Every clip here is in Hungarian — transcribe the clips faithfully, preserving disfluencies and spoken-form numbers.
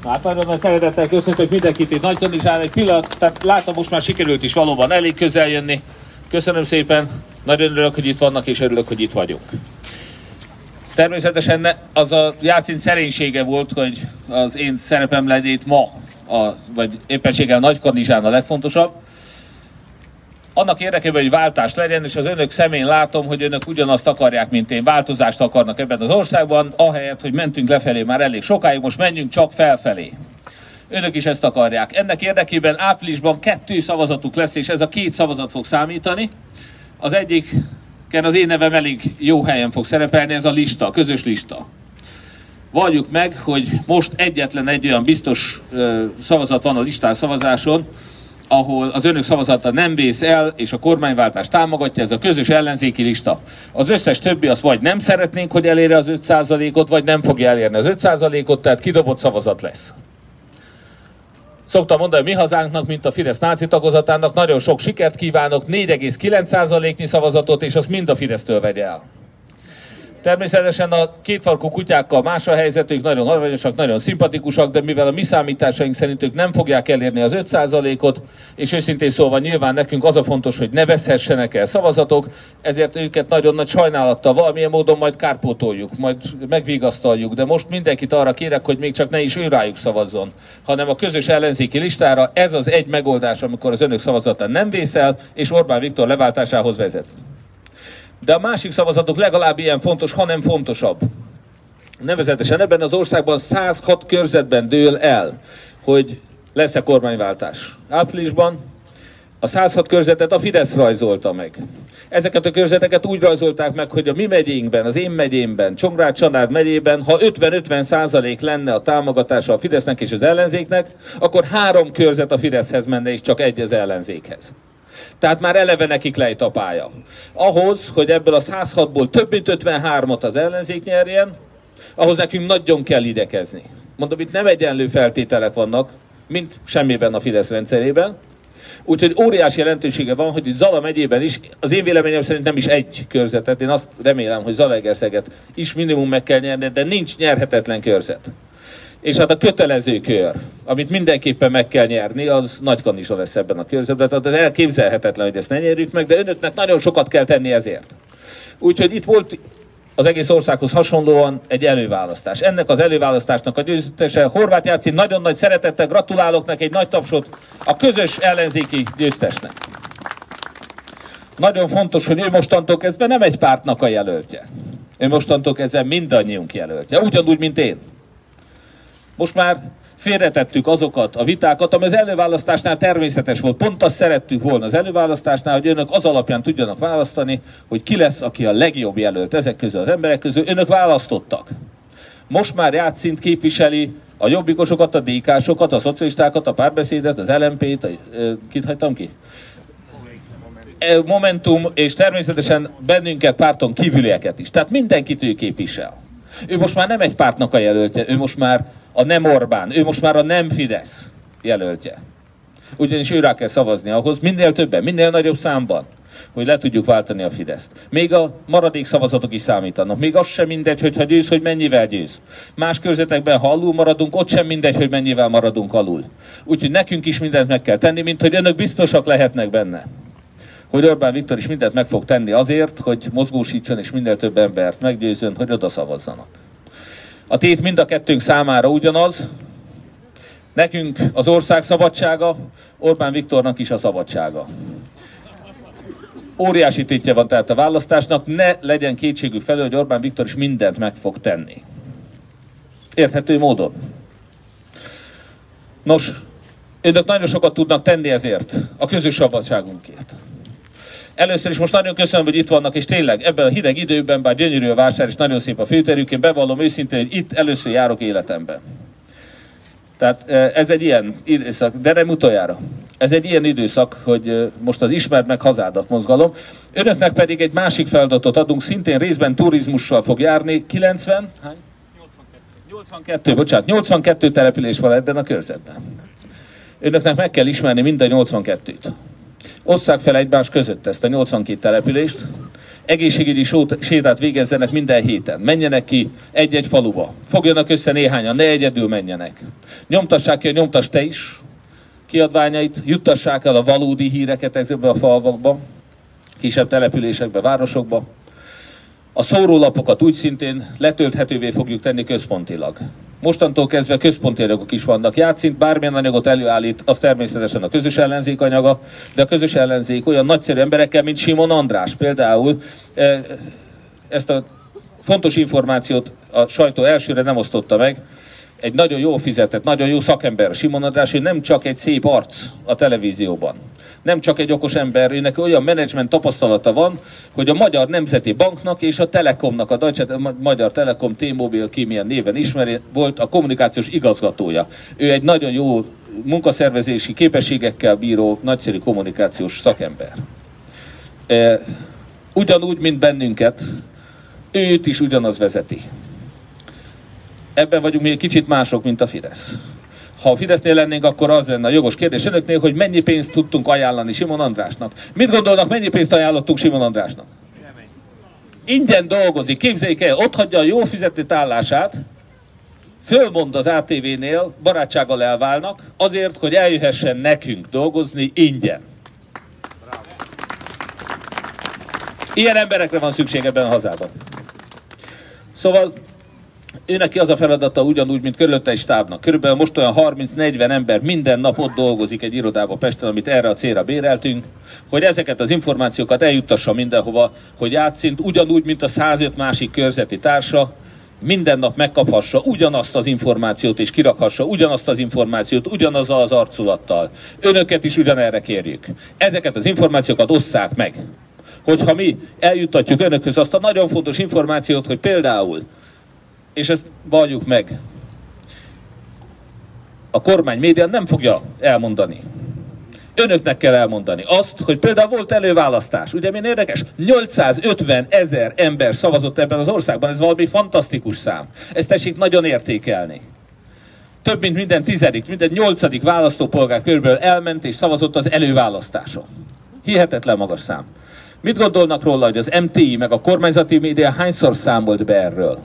Hát nagyon nagy szeretettel köszöntök mindenkit itt Nagykanizsán. Egy pillanat, tehát látom, most már sikerült is valóban elég közel jönni. Köszönöm szépen, nagyon örülök, hogy itt vannak, és örülök, hogy itt vagyunk. Természetesen az a játszint szerénysége volt, hogy az én szerepem legyét ma, a, vagy éppenséggel Nagykanizsán a legfontosabb. Annak érdekében, hogy váltás legyen, és az önök szemén látom, hogy önök ugyanazt akarják, mint én, változást akarnak ebben az országban, ahelyett, hogy mentünk lefelé már elég sokáig, most menjünk csak felfelé. Önök is ezt akarják. Ennek érdekében áprilisban kettő szavazatuk lesz, és ez a két szavazat fog számítani. Az egyiken az én nevem elég jó helyen fog szerepelni, ez a lista, a közös lista. Valljuk meg, hogy most egyetlen egy olyan biztos ö, szavazat van a listán szavazáson, ahol az önök szavazata nem vész el, és a kormányváltást támogatja, ez a közös ellenzéki lista. Az összes többi az vagy nem szeretnénk, hogy elérje az öt százalékot, vagy nem fogja elérni az öt százalékot, tehát kidobott szavazat lesz. Szoktam mondani, mi hazánknak, mint a Fidesz náci tagozatának, nagyon sok sikert kívánok, négy egész kilenc százaléknyi szavazatot, és azt mind a Fidesztől vegye el. Természetesen a kétfarkú kutyákkal más a helyzetük, nagyon aranyosak, nagyon szimpatikusak, de mivel a mi számításaink szerint ők nem fogják elérni az öt százalékot, és őszintén szólva nyilván nekünk az a fontos, hogy ne veszhessenek el szavazatok, ezért őket nagyon nagy sajnálattal valamilyen módon majd kárpótoljuk, majd megvigasztaljuk, de most mindenkit arra kérek, hogy még csak ne is ő rájuk szavazzon, hanem a közös ellenzéki listára. Ez az egy megoldás, amikor az önök szavazata nem vész el, és Orbán Viktor leváltásához vezet. De a másik szavazatok legalább ilyen fontos, hanem fontosabb. Nevezetesen ebben az országban száz hat körzetben dől el, hogy lesz-e kormányváltás. Áprilisban a száz hat körzetet a Fidesz rajzolta meg. Ezeket a körzeteket úgy rajzolták meg, hogy a mi megyénkben, az én megyémben, Csongrád-Csanád megyében, ha ötven-ötven százalék lenne a támogatása a Fidesznek és az ellenzéknek, akkor három körzet a Fideszhez menne, és csak egy az ellenzékhez. Tehát már eleve nekik lejt a pálya. Ahhoz, hogy ebből a száz hatból több mint ötvenhármat az ellenzék nyerjen, ahhoz nekünk nagyon kell idekezni. Mondom, itt nem egyenlő feltételek vannak, mint semmiben a Fidesz rendszerében. Úgyhogy óriási jelentősége van, hogy itt Zala megyében is, az én véleményem szerint nem is egy körzetet, én azt remélem, hogy Zalaegerszeget is minimum meg kell nyerni, de nincs nyerhetetlen körzet. És hát a kötelező kör, amit mindenképpen meg kell nyerni, az Nagykanizsa lesz ebben a körzetben. Tehát ez elképzelhetetlen, hogy ezt ne nyerjük meg, de önöknek nagyon sokat kell tenni ezért. Úgyhogy itt volt az egész országhoz hasonlóan egy előválasztás. Ennek az előválasztásnak a győztese Horváth Jácin, nagyon nagy szeretettel gratulálok neki, egy nagy tapsot a közös ellenzéki győztesnek. Nagyon fontos, hogy ő mostantól kezdve nem egy pártnak a jelöltje. Ő mostantól kezdve mindannyiunk jelöltje, ugyanúgy, mint én. Most már félretettük azokat a vitákat, ami az előválasztásnál természetes volt. Pont azt szerettük volna az előválasztásnál, hogy önök az alapján tudjanak választani, hogy ki lesz, aki a legjobb jelölt ezek közül az emberek közül. Önök választottak. Most már Játszint képviseli a jobbikosokat, a dé ká-sokat, a szocialistákat, a Párbeszédet, az el em pét, a, kit hagytam ki? Momentum, és természetesen bennünket párton kívülieket is. Tehát mindenkit ő képvisel. Ő most már nem egy pártnak a jelöltje, ő most már a nem Orbán, ő most már a nem Fidesz jelöltje. Ugyanis őrá kell szavazni ahhoz, minél többen, minél nagyobb számban, hogy le tudjuk váltani a Fideszt. Még a maradék szavazatok is számítanak. Még az sem mindegy, hogy ha győz, hogy mennyivel győz. Más körzetekben, ha alul maradunk, ott sem mindegy, hogy mennyivel maradunk alul. Úgyhogy nekünk is mindent meg kell tenni, mint hogy önök biztosak lehetnek benne, hogy Orbán Viktor is mindent meg fog tenni azért, hogy mozgósítson és minél több embert meggyőzön, hogy oda szavazzanak. A tét mind a kettőnk számára ugyanaz, nekünk az ország szabadsága, Orbán Viktornak is a szabadsága. Óriási tétje van tehát a választásnak, ne legyen kétségük felől, hogy Orbán Viktor is mindent meg fog tenni. Érthető módon. Nos, önök nagyon sokat tudnak tenni ezért, a közös szabadságunkért. Először is most nagyon köszönöm, hogy itt vannak, és tényleg ebben a hideg időben, bár gyönyörű a vásár, és nagyon szép a főterük, én bevallom őszintén, hogy itt először járok életemben. Tehát ez egy ilyen időszak, de nem utoljára. Ez egy ilyen időszak, hogy most az Ismerd meg hazádat mozgalom. Önöknek pedig egy másik feladatot adunk, szintén részben turizmussal fog járni. kilencven? Hány? nyolcvankettő. nyolcvankettő, bocsánat, nyolcvankettő település van ebben a körzetben. Önöknek meg kell ismerni mind a nyolcvankettőt. Osszák fel egymás között ezt a nyolcvankét települést. egészségügyi sétát végezzenek minden héten, menjenek ki egy-egy faluba, fogjanak össze néhányan, ne egyedül menjenek. Nyomtassák ki a Nyomtass Te is kiadványait, juttassák el a valódi híreket ezekbe a falvakba, kisebb településekbe, városokba. A szórólapokat úgy szintén letölthetővé fogjuk tenni központilag. Mostantól kezdve központi anyagok is vannak. Játszint bármilyen anyagot előállít, az természetesen a közös ellenzék anyaga, de a közös ellenzék olyan nagyszerű emberekkel, mint Simon András. Például ezt a fontos információt a sajtó elsőre nem osztotta meg. Egy nagyon jól fizetett, nagyon jó szakember Simon András, ő nem csak egy szép arc a televízióban. Nem csak egy okos ember, őnek olyan menedzsment tapasztalata van, hogy a Magyar Nemzeti Banknak és a Telekomnak, a Deutsche Magyar Telekom, T-Mobile, ki milyen néven ismeri, volt a kommunikációs igazgatója. Ő egy nagyon jó munkaszervezési képességekkel bíró, nagyszerű kommunikációs szakember. Ugyanúgy, mint bennünket, őt is ugyanaz vezeti. Ebben vagyunk mi egy kicsit mások, mint a Fidesz. Ha a Fidesznél lennénk, akkor az lenne a jogos kérdés önöknél, hogy mennyi pénzt tudtunk ajánlani Simon Andrásnak. Mit gondolnak, mennyi pénzt ajánlottunk Simon Andrásnak? Ingyen dolgozik, képzeljék el, ott hagyja a jó fizetett állását, fölmond az á té vé-nél, barátsággal elválnak, azért, hogy eljöhessen nekünk dolgozni ingyen. Ilyen emberekre van szükség ebben a hazában. Szóval ő neki az a feladata ugyanúgy, mint körülötte egy stábnak. Körülbelül most olyan harminc-negyven ember minden nap ott dolgozik egy irodába Pesten, amit erre a célra béreltünk, hogy ezeket az információkat eljuttassa mindenhova, hogy Játszint ugyanúgy, mint a százöt másik körzeti társa, minden nap megkaphassa ugyanazt az információt, és kirakhassa ugyanazt az információt, ugyanazzal az arculattal. Önöket is ugyanerre kérjük. Ezeket az információkat osszák meg. Hogyha mi eljuttatjuk önökhöz azt a nagyon fontos információt, hogy például, és ezt valljuk meg, a kormány média nem fogja elmondani. Önöknek kell elmondani azt, hogy például volt előválasztás. Ugye milyen érdekes? nyolcszázötven ezer ember szavazott ebben az országban, ez valami fantasztikus szám. Ezt tessék nagyon értékelni. Több mint minden tizedik, minden nyolcadik választópolgár körülbelül elment és szavazott az előválasztáson. Hihetetlen magas szám. Mit gondolnak róla, hogy az em té i meg a kormányzati média hányszor számolt be erről?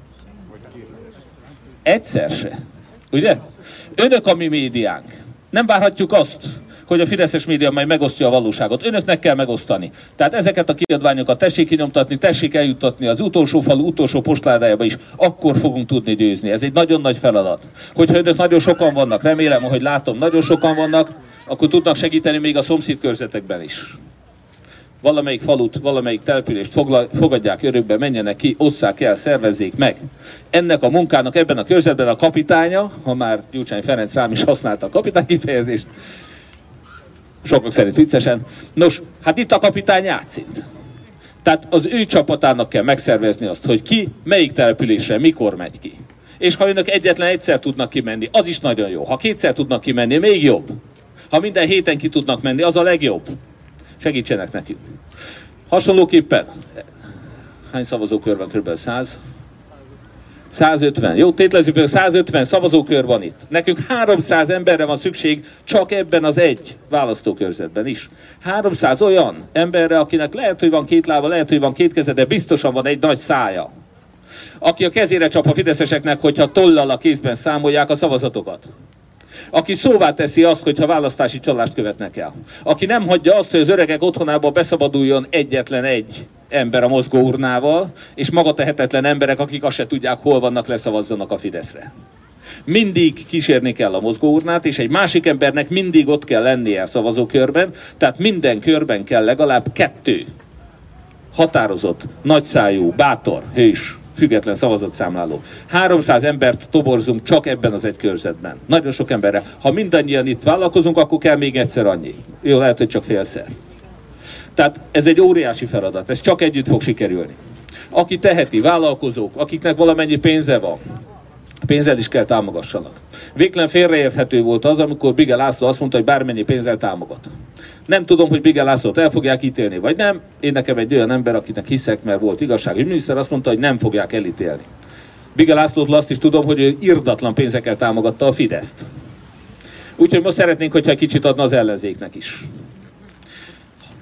Egyszer se. Ugye? Önök a mi médiánk. Nem várhatjuk azt, hogy a fideszes média majd megosztja a valóságot. Önöknek kell megosztani. Tehát ezeket a kiadványokat tessék kinyomtatni, tessék eljuttatni az utolsó falu, utolsó postládájába is. Akkor fogunk tudni győzni. Ez egy nagyon nagy feladat. Hogyha önök nagyon sokan vannak, remélem, hogy látom, nagyon sokan vannak, akkor tudnak segíteni még a szomszédkörzetekben is. Valamelyik falut, valamelyik települést fogadják örökbe, menjenek ki, osszák el, szervezzék meg. Ennek a munkának ebben a körzetben a kapitánya, ha már Gyurcsány Ferenc rám is használta a kapitány kifejezést, sokak szerint viccesen, nos, hát itt a kapitány Játszint. Tehát az ő csapatának kell megszervezni azt, hogy ki, melyik településre, mikor megy ki. És ha önök egyetlen egyszer tudnak kimenni, az is nagyon jó. Ha kétszer tudnak kimenni, még jobb. Ha minden héten ki tudnak menni, az a legjobb. Segítsenek nekünk. Hasonlóképpen, hány szavazókör van? Kb. száz? százötven. Jó, tételezzük, hogy százötven szavazókör van itt. Nekünk háromszáz emberre van szükség csak ebben az egy választókörzetben is. háromszáz olyan emberre, akinek lehet, hogy van két lába, lehet, hogy van két keze, de biztosan van egy nagy szája. Aki a kezére csap a fideszeseknek, hogyha tollal a kézben számolják a szavazatokat. Aki szóvá teszi azt, hogyha választási csalást követnek el. Aki nem hagyja azt, hogy az öregek otthonából beszabaduljon egyetlen egy ember a mozgóurnával, és magatehetetlen emberek, akik azt se tudják, hol vannak, leszavazzanak a Fideszre. Mindig kísérni kell a mozgóurnát, és egy másik embernek mindig ott kell lennie a szavazókörben, tehát minden körben kell legalább kettő határozott, nagyszájú, bátor, hős, független szavazatszámláló. háromszáz embert toborzunk csak ebben az egy körzetben. Nagyon sok emberre. Ha mindannyian itt vállalkozunk, akkor kell még egyszer annyi. Jó, lehet, hogy csak félszer. Tehát ez egy óriási feladat. Ez csak együtt fog sikerülni. Aki teheti, vállalkozók, akiknek valamennyi pénze van, pénzzel is kell támogassanak. Végtelen félreérthető volt az, amikor Bige László azt mondta, hogy bármennyi pénzzel támogat. Nem tudom, hogy Bige Lászlót el fogják ítélni, vagy nem. Én nekem egy olyan ember, akinek hiszek, mert volt igazságügyi miniszter, azt mondta, hogy nem fogják elítélni. Bige Lászlótól azt is tudom, hogy ő irdatlan pénzekkel támogatta a Fideszt. Úgyhogy most szeretnénk, hogyha egy kicsit adna az ellenzéknek is.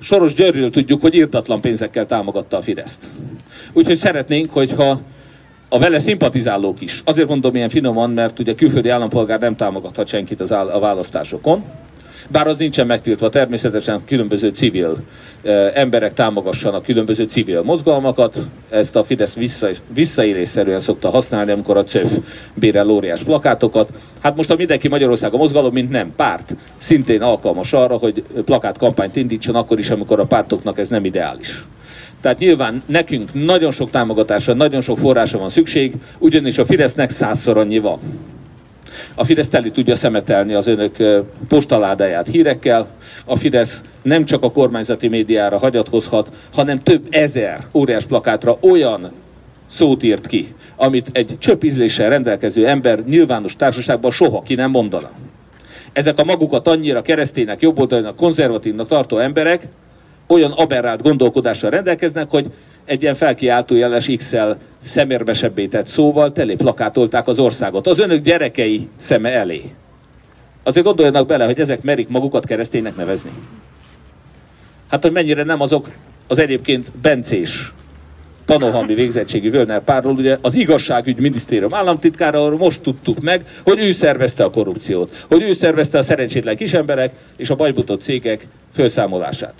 Soros Györgyről tudjuk, hogy irdatlan pénzekkel támogatta a Fideszt. Úgyhogy szeretnénk, hogyha a vele szimpatizálók is, azért mondom ilyen finoman, mert ugye külföldi állampolgár nem támogathat senkit az áll- a választásokon, bár az nincsen megtiltva, természetesen különböző civil eh, emberek támogassanak különböző civil mozgalmakat, ezt a Fidesz vissza, visszaélésszerűen szokta használni, amikor a cöf bérel óriás plakátokat. Hát most a Mindenki Magyarország a mozgalom, mint nem párt, szintén alkalmas arra, hogy plakátkampányt indítson akkor is, amikor a pártoknak ez nem ideális. Tehát nyilván nekünk nagyon sok támogatásra, nagyon sok forrásra van szükség, ugyanis a Fidesznek százszor annyi van. A Fidesz teli tudja szemetelni az önök postaládáját hírekkel, a Fidesz nem csak a kormányzati médiára hagyatkozhat, hanem több ezer óriás plakátra olyan szót írt ki, amit egy csöpp ízléssel rendelkező ember nyilvános társaságban soha ki nem mondana. Ezek a magukat annyira kereszténynek, jobboldalinak, konzervatívnak tartó emberek olyan aberrált gondolkodással rendelkeznek, hogy egy ilyen felkiáltójeles X-el szemérmesebbé tett szóval tele plakátolták az országot. Az önök gyerekei szeme elé. Azért gondoljanak bele, hogy ezek merik magukat kereszténynek nevezni. Hát, hogy mennyire nem azok az egyébként bencés, panohami végzettségi Völner párról, ugye az igazságügy minisztérium államtitkára, most tudtuk meg, hogy ő szervezte a korrupciót, hogy ő szervezte a szerencsétlen kisemberek és a bajbutott cégek felszámolását.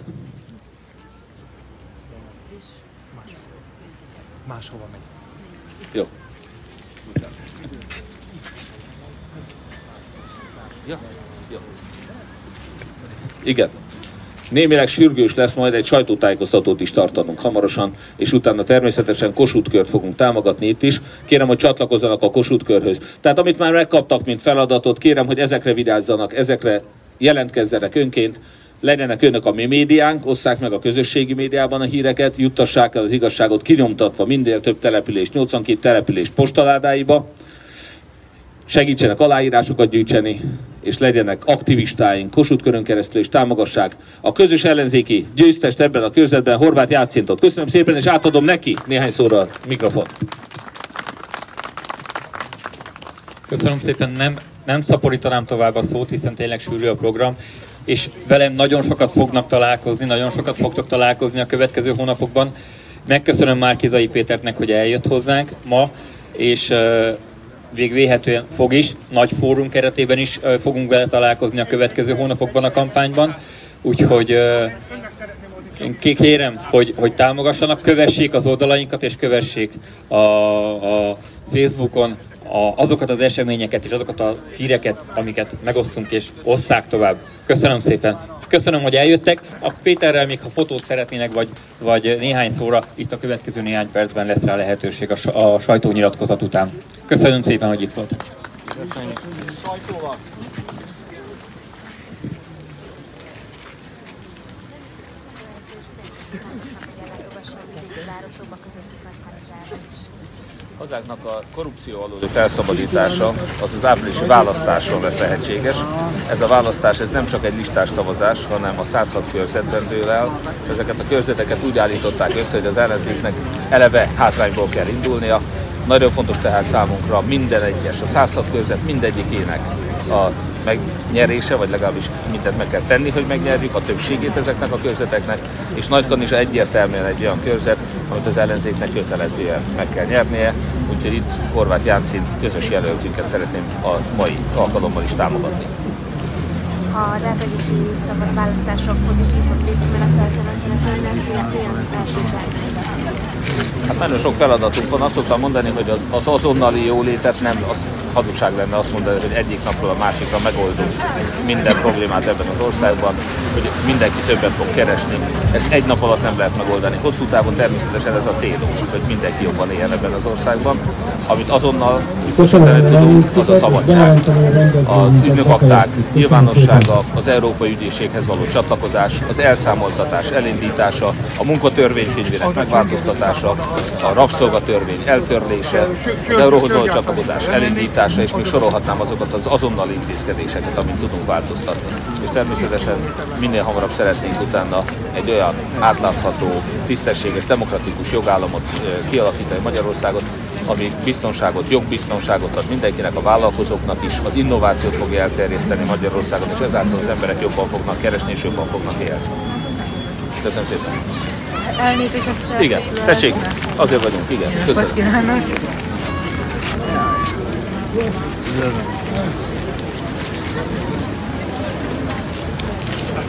Máshova megy. Jó. Ja. Jó. Igen. Némileg sürgős lesz majd egy sajtótájékoztatót is tartanunk hamarosan, és utána természetesen Kossuth Kört fogunk támogatni itt is. Kérem, hogy csatlakozzanak a Kossuth Körhöz. Tehát amit már megkaptak, mint feladatot, kérem, hogy ezekre vigyázzanak, ezekre jelentkezzenek önként, legyenek önök a mi médiánk, osszák meg a közösségi médiában a híreket, juttassák el az igazságot kinyomtatva minél több település, nyolcvankét település postaládáiba, segítsenek aláírásokat gyűjtseni, és legyenek aktivistáink Kossuth Körön keresztül, és támogassák a közös ellenzéki győztest ebben a körzetben, Horváth Jácintot. Köszönöm szépen, és átadom neki néhány szóra a mikrofon. Köszönöm szépen, nem, nem szaporítanám tovább a szót, hiszen tényleg sűrű a program, és velem nagyon sokat fognak találkozni, nagyon sokat fogtok találkozni a következő hónapokban. Megköszönöm Márki-Zay Péternek, hogy eljött hozzánk ma, és uh, végvéhetően fog is, nagy fórum keretében is uh, fogunk vele találkozni a következő hónapokban a kampányban. Úgyhogy uh, én kérem, hogy, hogy támogassanak, kövessék az oldalainkat, és kövessék a, a Facebookon a, azokat az eseményeket és azokat a híreket, amiket megosztunk, és osszák tovább. Köszönöm szépen, és köszönöm, hogy eljöttek. A Péterrel még, ha fotót szeretnének, vagy, vagy néhány szóra, itt a következő néhány percben lesz rá lehetőség a, a sajtónyilatkozat után. Köszönöm szépen, hogy itt voltak. Köszönjük. Hazánknak a korrupció alóli felszabadítása az az áprilisi választáson lesz lehetséges. Ez a választás ez nem csak egy listás szavazás, hanem a száz hat körzetben dől el. Ezeket a körzeteket úgy állították össze, hogy az ellenzéknek eleve hátrányból kell indulnia. Nagyon fontos tehát számunkra minden egyes, a száz hat körzet mindegyikének a megnyerése, vagy legalábbis mindent meg kell tenni, hogy megnyerjük a többségét ezeknek a körzeteknek, és Nagykan is egyértelműen egy olyan körzet, amit az ellenzéknek kötelezően meg kell nyernie, úgyhogy itt Horváth Jáncint, közös jelöltünket szeretném a mai alkalommal is támogatni. Ha az áprilisi választások pozitívok végül a feltelentenek, milyen elsőségek lesznek? Hát nagyon sok feladatunk van. Azt szoktam mondani, hogy az azonnali jólétet nem, az hazugság lenne azt mondani, hogy egyik napról a másikra megoldunk minden problémát ebben az országban, hogy mindenki többet fog keresni. Ezt egy nap alatt nem lehet megoldani. Hosszú távon természetesen ez a célunk, hogy mindenki jobban éljen ebben az országban. Amit azonnal biztosítani tudunk, az a szabadság. Az ügynökakták nyilvánossága, az Európai Ügyészséghez való csatlakozás, az elszámoltatás elindítása, a munkatörvénykönyvének megváltoztatása, a rabszolgatörvény eltörlése, az euróhoz való csatlakozás elindítása, és még sorolhatnám azokat az azonnali intézkedéseket, amit tudunk változtatni. És természetesen minél hamarabb szeretnénk utána egy olyan átlátható, tisztességes, demokratikus jogállamot kialakítani Magyarországot, ami biztonságot, jogbiztonságot ad mindenkinek, a vállalkozóknak is, az innovációt fogja elterjeszteni Magyarországon, és ezáltal az emberek jobban fognak keresni és jobban fognak élni. Köszönöm szépen. Elnézést, ezt Igen, tessék, azért vagyunk, igen. Köszönöm. Hogy kívánok?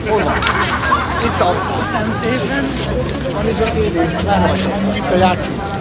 Itt a... Köszönöm szépen. Itt a játszik.